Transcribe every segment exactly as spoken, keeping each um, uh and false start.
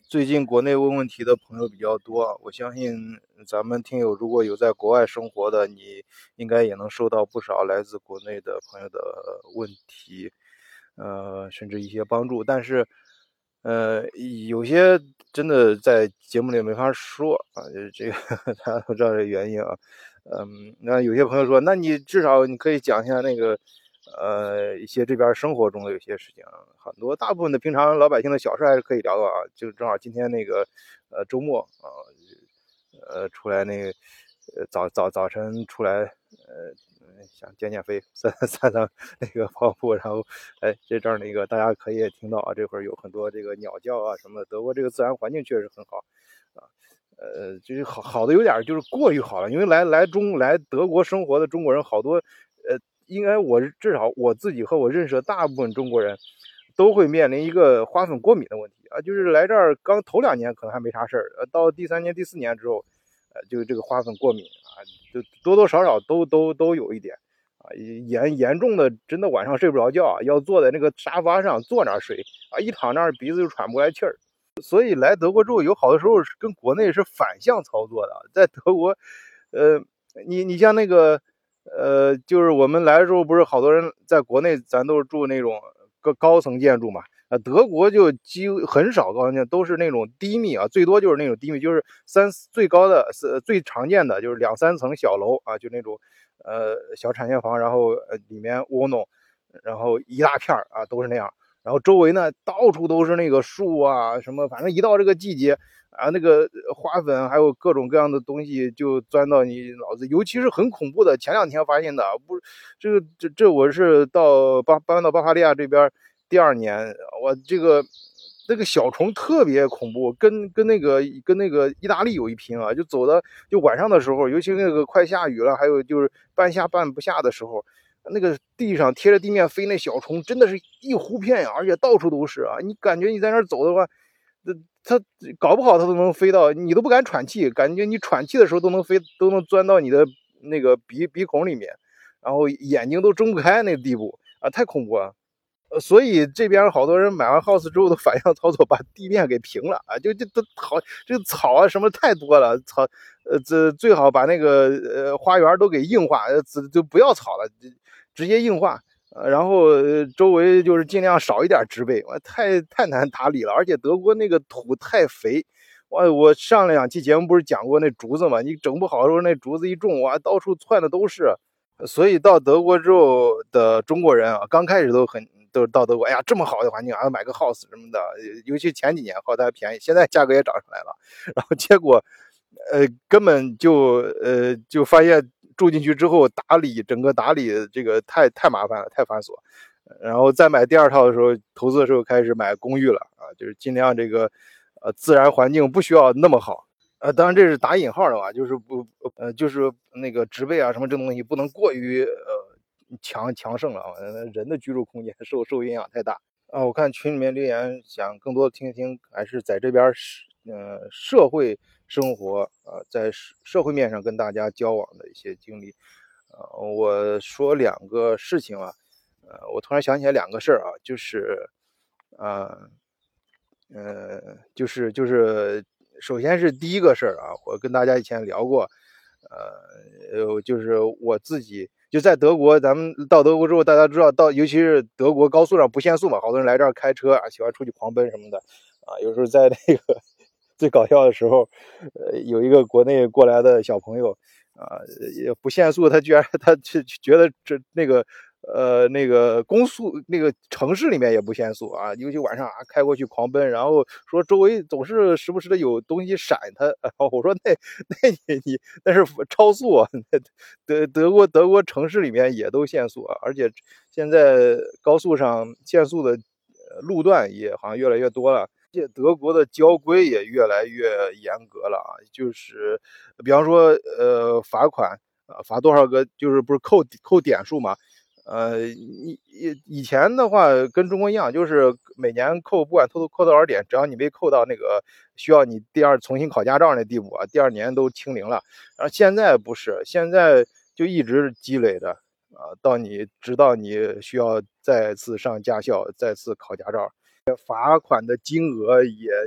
最近国内问问题的朋友比较多，我相信咱们听友如果有在国外生活的，你应该也能收到不少来自国内的朋友的问题，呃，甚至一些帮助。但是，呃，有些真的在节目里没法说啊，这个大家都知道这原因啊。嗯，那有些朋友说，那你至少你可以讲一下那个。呃，一些这边生活中的有些事情，很多大部分的平常老百姓的小事还是可以聊的啊。就正好今天那个呃周末啊，呃出来那个呃早早早晨出来呃想减减肥，散散散那个跑步，然后哎这阵儿那个大家可以也听到啊，这会儿有很多这个鸟叫啊什么的。德国这个自然环境确实很好啊。呃，就是好好的有点就是过于好了，因为来来中来德国生活的中国人好多，呃，应该我至少我自己和我认识的大部分中国人，都会面临一个花粉过敏的问题啊。就是来这儿刚头两年可能还没啥事儿，呃，到第三年、第四年之后，呃，就这个花粉过敏啊，就多多少少都都都有一点啊。严严重的真的晚上睡不着觉啊，要坐在那个沙发上坐那儿睡啊，一躺那儿鼻子就喘不过来气儿。所以来德国之后，有好多时候是跟国内是反向操作的。在德国，呃，你你像那个，呃，就是我们来的时候，不是好多人在国内，咱都是住那种高高层建筑嘛。啊，德国就几乎很少高层建筑，都是那种低密啊，最多就是那种低密，就是三最高的是最常见的就是两三层小楼啊，就那种呃小产业房，然后呃里面窝弄，然后一大片啊都是那样。然后周围呢到处都是那个树啊什么，反正一到这个季节啊，那个花粉还有各种各样的东西就钻到你脑子，尤其是很恐怖的。前两天发现的，不是这个这这我是到巴搬到巴伐利亚这边第二年，我这个那个小虫特别恐怖，跟跟那个跟那个意大利有一拼啊！就走的就晚上的时候，尤其那个快下雨了，还有就是半下半不下的时候。那个地上贴着地面飞那小虫，真的是一糊片呀，而且到处都是啊！你感觉你在那儿走的话，它搞不好它都能飞到，你都不敢喘气，感觉你喘气的时候都能飞，都能钻到你的那个鼻鼻孔里面，然后眼睛都睁不开那个地步啊，太恐怖了。呃，所以这边好多人买完 house 之后的反向操作，把地面给平了啊，就就都好，这个草啊什么太多了，草，呃，这最好把那个呃花园都给硬化，呃，就不要草了，直接硬化，呃，然后周围就是尽量少一点植被，哇，太太难打理了，而且德国那个土太肥。哇，我上两期节目不是讲过那竹子嘛，你整不好的时候那竹子一种，哇，到处窜的都是。所以到德国之后的中国人啊，刚开始都很都到德国，哎呀，这么好的环境啊，买个 house 什么的，尤其前几年 house 还便宜，现在价格也涨上来了。然后结果，呃，根本就呃就发现住进去之后打理整个打理这个太太麻烦了，太繁琐。然后再买第二套的时候，投资的时候开始买公寓了啊，就是尽量这个呃自然环境不需要那么好。呃，当然这是打引号的吧，就是不呃，就是那个植被啊什么这东西不能过于呃强强盛了啊，人的居住空间受受影响太大啊。我看群里面留言，想更多的听一听，还是在这边是呃社会生活啊、呃，在社会面上跟大家交往的一些经历。呃，我说两个事情啊，呃，我突然想起来两个事儿啊，就是啊。呃呃，就是就是首先是第一个事儿啊，我跟大家以前聊过，呃，呃，就是我自己就在德国，咱们到德国之后，大家知道到，尤其是德国高速上不限速嘛，好多人来这儿开车啊，喜欢出去狂奔什么的，啊，有时候在那个最搞笑的时候，呃，有一个国内过来的小朋友啊，也不限速，他居然他就觉得这那个。呃，那个公速那个城市里面也不限速啊，尤其晚上啊开过去狂奔，然后说周围总是时不时的有东西闪他，然后我说那那你你那是超速啊，德德国德国城市里面也都限速啊，而且现在高速上限速的路段也好像越来越多了。而且德国的交规也越来越严格了啊，就是比方说呃罚款啊，罚多少个，就是不是扣扣点数嘛。呃，以以以前的话跟中国一样，就是每年扣，不管扣扣多少点，只要你没扣到那个需要你第二重新考驾照那地步啊，第二年都清零了。然后现在不是，现在就一直积累的啊，到你直到你需要再次上驾校，再次考驾照，罚款的金额也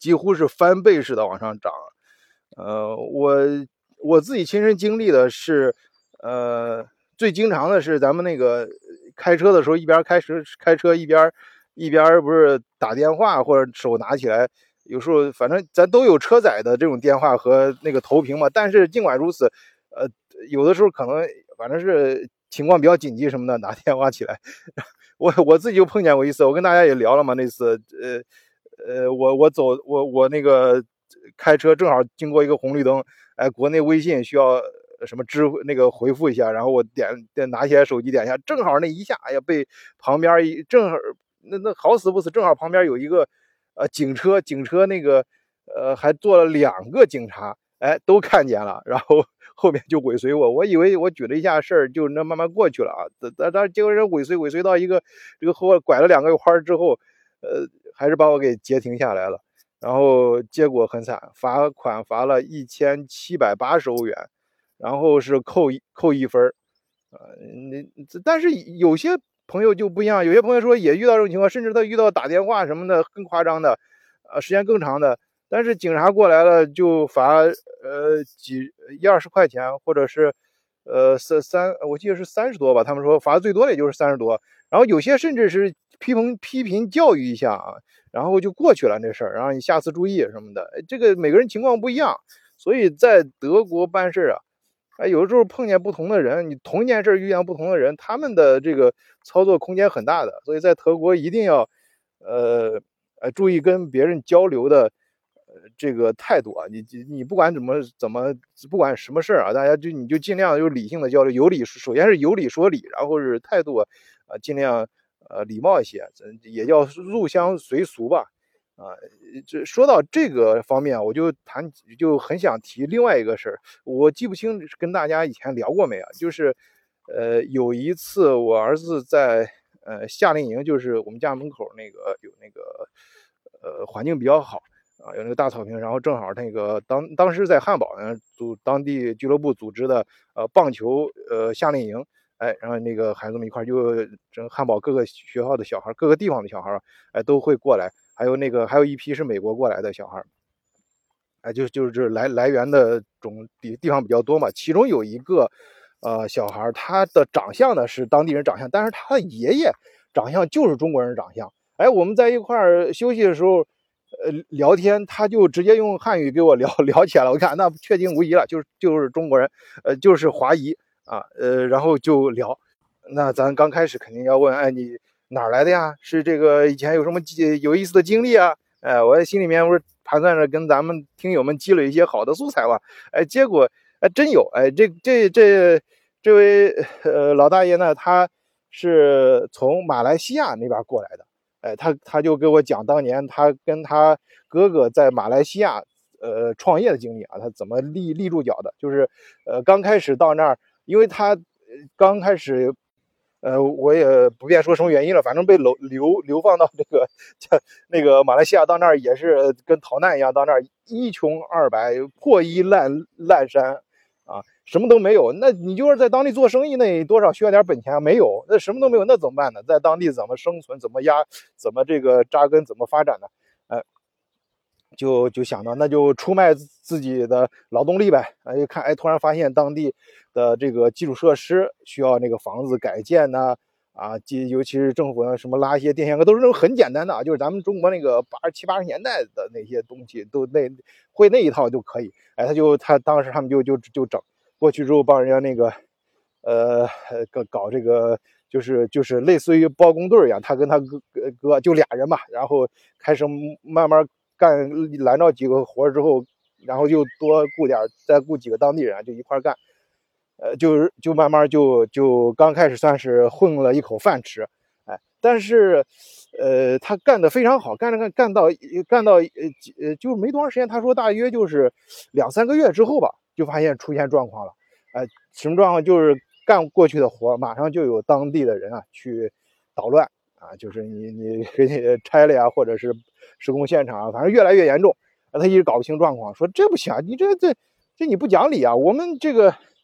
几乎是翻倍似的往上涨。呃，我我自己亲身经历的是，呃，最经常的是咱们那个开车的时候，一边开车开车一边一边不是打电话或者手拿起来，有时候反正咱都有车载的这种电话和那个投屏嘛。但是尽管如此，呃，有的时候可能反正是情况比较紧急什么的，拿电话起来。我我自己就碰见过一次，我跟大家也聊了嘛，那次呃呃，我我走我我那个开车正好经过一个红绿灯，哎，国内微信需要什么支那个回复一下，然后我点点拿起来手机点一下，正好那一下，哎呀，被旁边一正好那那好死不死，正好旁边有一个呃警车，警车那个呃还坐了两个警察，哎，都看见了，然后后面就尾随我，我以为我举了一下事儿就那慢慢过去了啊，但但结果人尾随尾随到一个这个后拐了两个弯之后，呃，还是把我给截停下来了。然后结果很惨，罚款罚了一千七百八十欧元，然后是扣一扣一分儿，呃，那但是有些朋友就不一样，有些朋友说也遇到这种情况，甚至他遇到打电话什么的更夸张的，呃，时间更长的，但是警察过来了就罚呃几一二十块钱，或者是呃三三，我记得是三十多吧，他们说罚最多的也就是三十多，然后有些甚至是批评批评教育一下啊。然后就过去了那事儿，然后你下次注意什么的，这个每个人情况不一样，所以在德国办事啊，哎，有的时候碰见不同的人，你同一件事遇见不同的人，他们的这个操作空间很大的，所以在德国一定要，呃呃注意跟别人交流的，呃这个态度啊，你你不管怎么怎么不管什么事儿啊，大家就你就尽量有理性的交流，有理首先是有理说理，然后是态度啊，呃尽量。呃，礼貌一些，也叫入乡随俗吧。啊，这说到这个方面，我就谈就很想提另外一个事儿。我记不清跟大家以前聊过没有，就是，呃，有一次我儿子在呃夏令营，就是我们家门口那个有那个呃环境比较好啊，有那个大草坪，然后正好那个当当时在汉堡呢组当地俱乐部组织的呃棒球呃夏令营。哎，然后那个孩子们一块就整汉堡各个学校的小孩，各个地方的小孩，哎，都会过来。还有那个还有一批是美国过来的小孩，哎，就就是来来源的种地地方比较多嘛。其中有一个呃小孩，他的长相呢是当地人长相，但是他的爷爷长相就是中国人长相。哎，我们在一块儿休息的时候，呃，聊天，他就直接用汉语给我聊聊起来了。我看那确定无疑了，就是就是中国人，呃，就是华裔。啊，呃，然后就聊，那咱刚开始肯定要问，哎，你哪儿来的呀？是这个以前有什么有意思的经历啊？哎，我在心里面不是盘算着跟咱们听友们积累一些好的素材嘛。哎，结果哎真有，哎，这这这这位呃老大爷呢，他是从马来西亚那边过来的，哎，他他就给我讲当年他跟他哥哥在马来西亚呃创业的经历啊，他怎么立立住脚的，就是呃刚开始到那儿。因为他刚开始，呃，我也不便说什么原因了，反正被流流流放到这个那个马来西亚，到那儿也是跟逃难一样，到那儿一穷二白，破衣烂烂衫啊，什么都没有。那你就是在当地做生意，那多少需要点本钱啊？没有，那什么都没有，那怎么办呢？在当地怎么生存？怎么压？怎么这个扎根？怎么发展呢？哎。就就想到那就出卖自己的劳动力呗，哎，一看哎，突然发现当地的这个基础设施需要那个房子改建呢，啊，尤其是政府呢什么拉一些电线杆，都是那种很简单的啊，就是咱们中国那个八十七八十年代的那些东西，都那会那一套就可以，哎，他就他当时他们就就就整过去之后帮人家那个呃搞搞这个。就是就是类似于包工队一样，他跟他哥哥就俩人嘛，然后开始慢慢干拦着几个活之后，然后又多雇点，再雇几个当地人就一块干，呃，就是就慢慢就就刚开始算是混了一口饭吃，哎，但是，呃，他干得非常好，干着干干到干到呃呃，就没多长时间，他说大约就是两三个月之后吧，就发现出现状况了，哎，什么状况？就是干过去的活，马上就有当地的人啊去捣乱啊，就是你你给你拆了呀，或者是施工现场啊，反正越来越严重。啊，他一直搞不清状况，说这不行啊，你这这这你不讲理啊！我们这个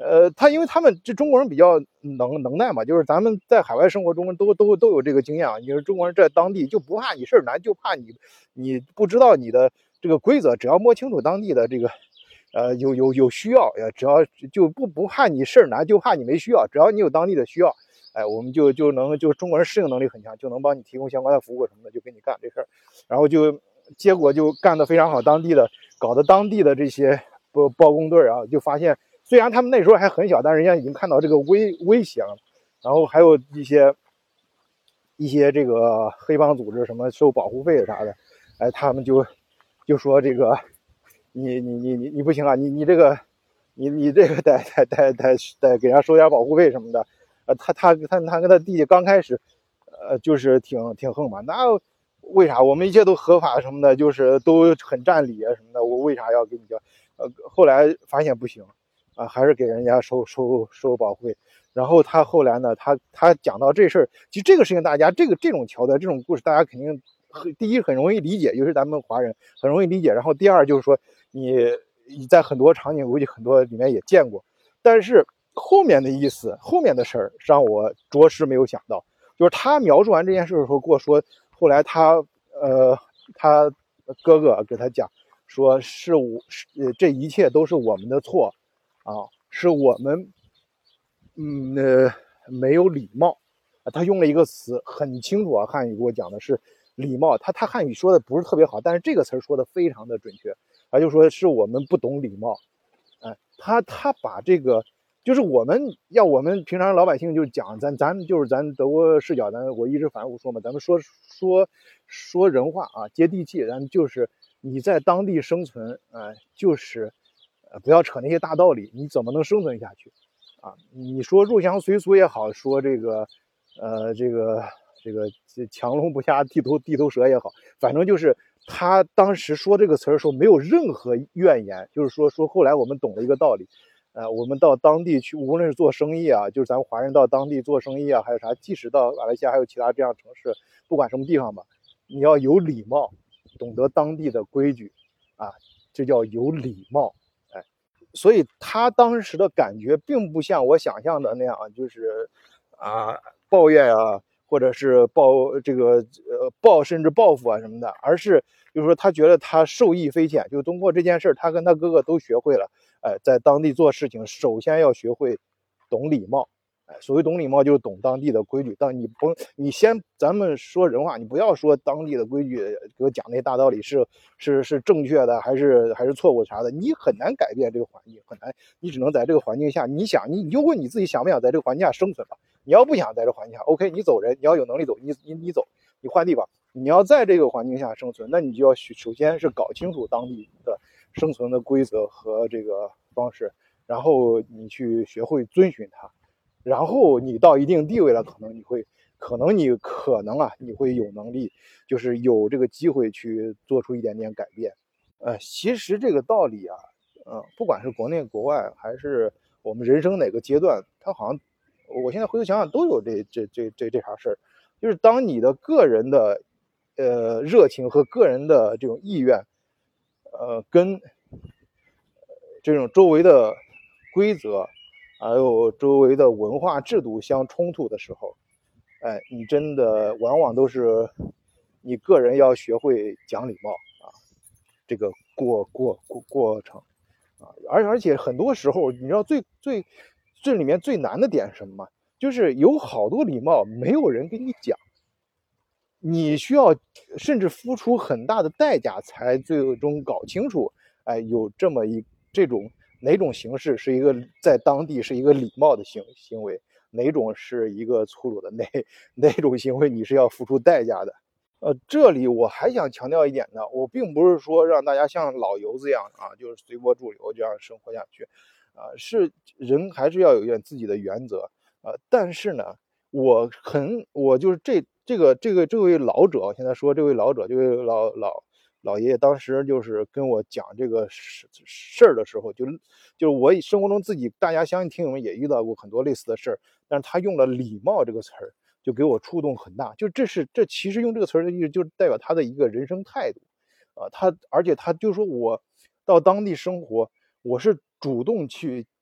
呃，他因为他们这中国人比较能能耐嘛，就是咱们在海外生活中都都都有这个经验啊。你说中国人在当地就不怕你事儿难，就怕你你不知道你的这个规则，只要摸清楚当地的这个呃有有有需要，呃，只要就不不怕你事儿难，就怕你没需要，只要你有当地的需要，哎，我们就就能就中国人适应能力很强，就能帮你提供相关的服务什么的，就给你干这事儿，然后就结果就干得非常好，当地的搞得当地的这些包包工队啊，就发现。虽然他们那时候还很小，但人家已经看到这个危危险了。然后还有一些一些这个黑帮组织什么收保护费啥的，哎，他们就就说这个你你你你你不行啊，你你这个你你这个得得得得得给人家收点保护费什么的。呃，他他他他跟他弟弟刚开始，呃，就是挺挺横嘛。那为啥我们一切都合法什么的，就是都很占理啊什么的，我为啥要给你交？呃，后来发现不行。啊，还是给人家收收收保护费。然后他后来呢，他他讲到这事儿，其实这个事情大家这个这种桥段这种故事，大家肯定很第一很容易理解，尤其是咱们华人很容易理解。然后第二就是说你你在很多场景估计很多里面也见过，但是后面的意思后面的事儿让我着实没有想到。就是他描述完这件事的时候跟我说，后来他呃他哥哥给他讲说是我是这一切都是我们的错。啊，是我们，嗯呃，没有礼貌，啊，他用了一个词很清楚啊，汉语给我讲的是礼貌，他他汉语说的不是特别好，但是这个词说的非常的准确，他就说是我们不懂礼貌，哎，他他把这个就是我们要我们平常老百姓就讲咱咱就是咱德国视角，咱我一直反复说嘛，咱们说说说人话啊，接地气，咱就是你在当地生存，哎，就是。呃，不要扯那些大道理，你怎么能生存下去？啊，你说入乡随俗也好，说这个，呃，这个这个强龙不下地头地头蛇也好，反正就是他当时说这个词的时候没有任何怨言，就是说说后来我们懂了一个道理，呃，我们到当地去，无论是做生意啊，就是咱们华人到当地做生意啊，还有啥，即使到马来西亚还有其他这样城市，不管什么地方吧，你要有礼貌，懂得当地的规矩，啊，这叫有礼貌。所以他当时的感觉并不像我想象的那样，就是啊抱怨啊，或者是报这个呃报甚至报复啊什么的，而是就是说他觉得他受益匪浅，就通过这件事他跟他哥哥都学会了，哎，在当地做事情，首先要学会懂礼貌。哎，所谓懂礼貌，就是懂当地的规矩。但你不，你先，咱们说人话，你不要说当地的规矩，给我讲那些大道理是是是正确的，还是还是错误啥的，你很难改变这个环境，很难，你只能在这个环境下，你想，你你就问你自己想不想在这个环境下生存吧。你要不想在这个环境下 ，OK， 你走人，你要有能力走，你你你走，你换地方。你要在这个环境下生存，那你就要首先是搞清楚当地的生存的规则和这个方式，然后你去学会遵循它。然后你到一定地位了，可能你会，可能你可能啊，你会有能力，就是有这个机会去做出一点点改变。呃，其实这个道理啊，呃，不管是国内国外，还是我们人生哪个阶段，它好像，我现在回头想想都有这这这这这茬事儿，就是当你的个人的，呃，热情和个人的这种意愿，呃，跟这种周围的规则。还有周围的文化制度相冲突的时候，哎，你真的往往都是你个人要学会讲礼貌啊，这个过过过过程啊，而而且很多时候，你知道最最这里面最难的点是什么吗？就是有好多礼貌没有人给你讲，你需要甚至付出很大的代价才最终搞清楚，哎，有这么一这种。哪种形式是一个在当地是一个礼貌的行行为，哪种是一个粗鲁的，哪哪种行为你是要付出代价的。呃，这里我还想强调一点呢，我并不是说让大家像老油子一样啊，就是随波逐流这样生活下去，啊，是人还是要有一点自己的原则啊。但是呢，我很我就是这这个这个这位老者，我现在说这位老者，这位老老。老爷爷当时就是跟我讲这个事事儿的时候，就就是我生活中自己，大家相信听友们也遇到过很多类似的事儿，但是他用了礼貌这个词儿，就给我触动很大。就这是这其实用这个词儿的意思，就代表他的一个人生态度啊。他而且他就说我到当地生活，我是主动去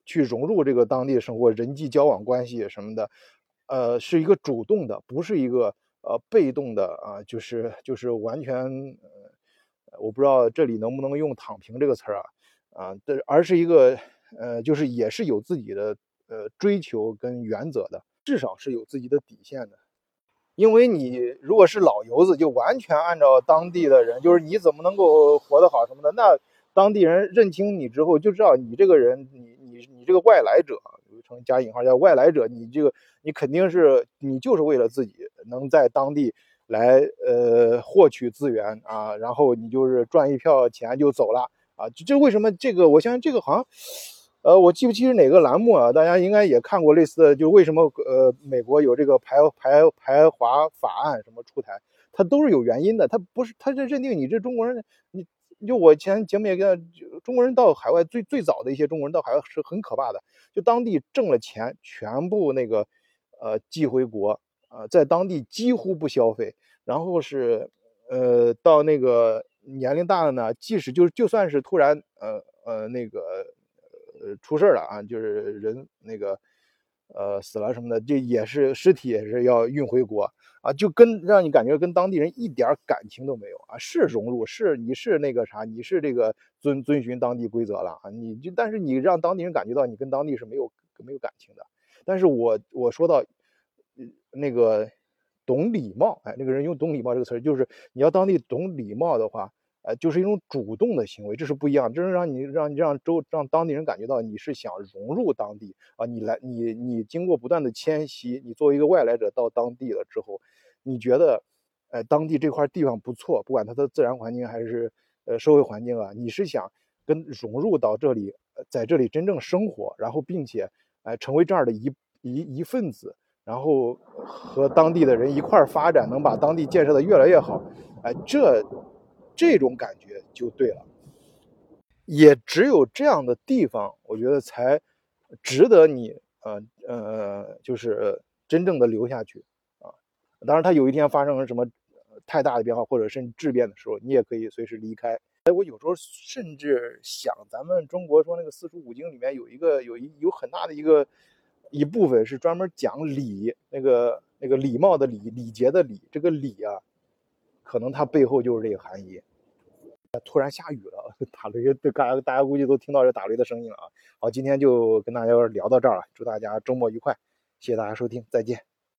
去融入这个当地生活、人际交往关系什么的，呃，是一个主动的，不是一个呃被动的啊，就是就是完全，呃，我不知道这里能不能用“躺平”这个词儿啊啊，这而是一个呃，就是也是有自己的呃追求跟原则的，至少是有自己的底线的。因为你如果是老油子，就完全按照当地的人，就是你怎么能够活得好什么的，那当地人认清你之后，就知道你这个人，你你你这个外来者，成加引号叫外来者，你这个你肯定是你就是为了自己能在当地来呃获取资源啊，然后你就是赚一票钱就走了啊，这这为什么这个？我相信这个好像。呃，我记不清是哪个栏目啊？大家应该也看过类似的，就为什么呃美国有这个排排排华法案什么出台，它都是有原因的。它不是，它是认定你这中国人，你就我前节目也跟中国人到海外最最早的一些中国人到海外是很可怕的，就当地挣了钱全部那个呃寄回国，呃在当地几乎不消费，然后是呃到那个年龄大了呢，即使就就算是突然呃呃那个。呃出事了啊，就是人那个呃死了什么的，这也是尸体也是要运回国啊，就跟让你感觉跟当地人一点感情都没有啊，是融入，是你是那个啥，你是这个遵遵循当地规则了啊，你就但是你让当地人感觉到你跟当地是没有没有感情的。但是我我说到那个懂礼貌，哎，那个人用懂礼貌这个词儿，就是你要当地懂礼貌的话。呃，就是一种主动的行为，这是不一样。这是让你让你让周让当地人感觉到你是想融入当地啊，你来你你经过不断的迁徙，你作为一个外来者到当地了之后，你觉得，呃，当地这块地方不错，不管它的自然环境还是呃社会环境啊，你是想跟融入到这里，呃在这里真正生活，然后并且呃成为这儿的一一一份子，然后和当地的人一块儿发展，能把当地建设的越来越好，哎、这。这种感觉就对了，也只有这样的地方，我觉得才值得你呃呃，就是真正的留下去啊。当然，它有一天发生了什么太大的变化或者甚至质变的时候，你也可以随时离开。哎，我有时候甚至想，咱们中国说那个四书五经里面有一个有一有很大的一个一部分是专门讲礼，那个那个礼貌的礼，礼节的礼，这个礼啊。可能它背后就是这个含义。突然下雨了，打雷，大家大家估计都听到这打雷的声音了啊。好，今天就跟大家聊到这儿了，祝大家周末愉快，谢谢大家收听，再见。